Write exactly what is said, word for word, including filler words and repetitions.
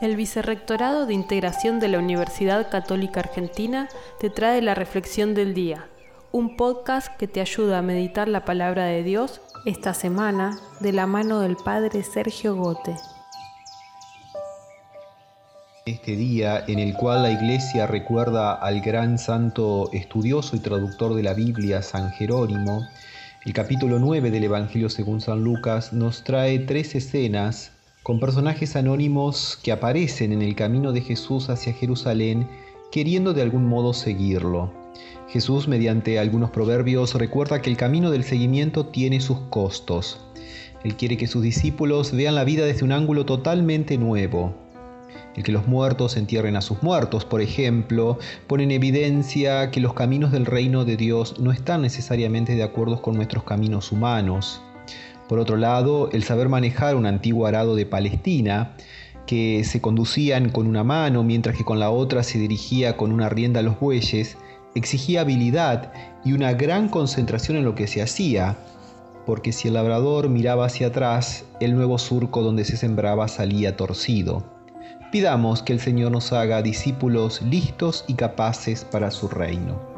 El Vicerrectorado de Integración de la Universidad Católica Argentina te trae la Reflexión del Día, un podcast que te ayuda a meditar la palabra de Dios esta semana de la mano del Padre Sergio Gote. Este día en el cual la Iglesia recuerda al gran santo estudioso y traductor de la Biblia, San Jerónimo, el capítulo nueve del Evangelio según San Lucas nos trae tres escenas con personajes anónimos que aparecen en el camino de Jesús hacia Jerusalén, queriendo de algún modo seguirlo. Jesús, mediante algunos proverbios, recuerda que el camino del seguimiento tiene sus costos. Él quiere que sus discípulos vean la vida desde un ángulo totalmente nuevo. El que los muertos entierren a sus muertos, por ejemplo, pone en evidencia que los caminos del reino de Dios no están necesariamente de acuerdo con nuestros caminos humanos. Por otro lado, el saber manejar un antiguo arado de Palestina, que se conducían con una mano mientras que con la otra se dirigía con una rienda a los bueyes, exigía habilidad y una gran concentración en lo que se hacía, porque si el labrador miraba hacia atrás, el nuevo surco donde se sembraba salía torcido. Pidamos que el Señor nos haga discípulos listos y capaces para su reino.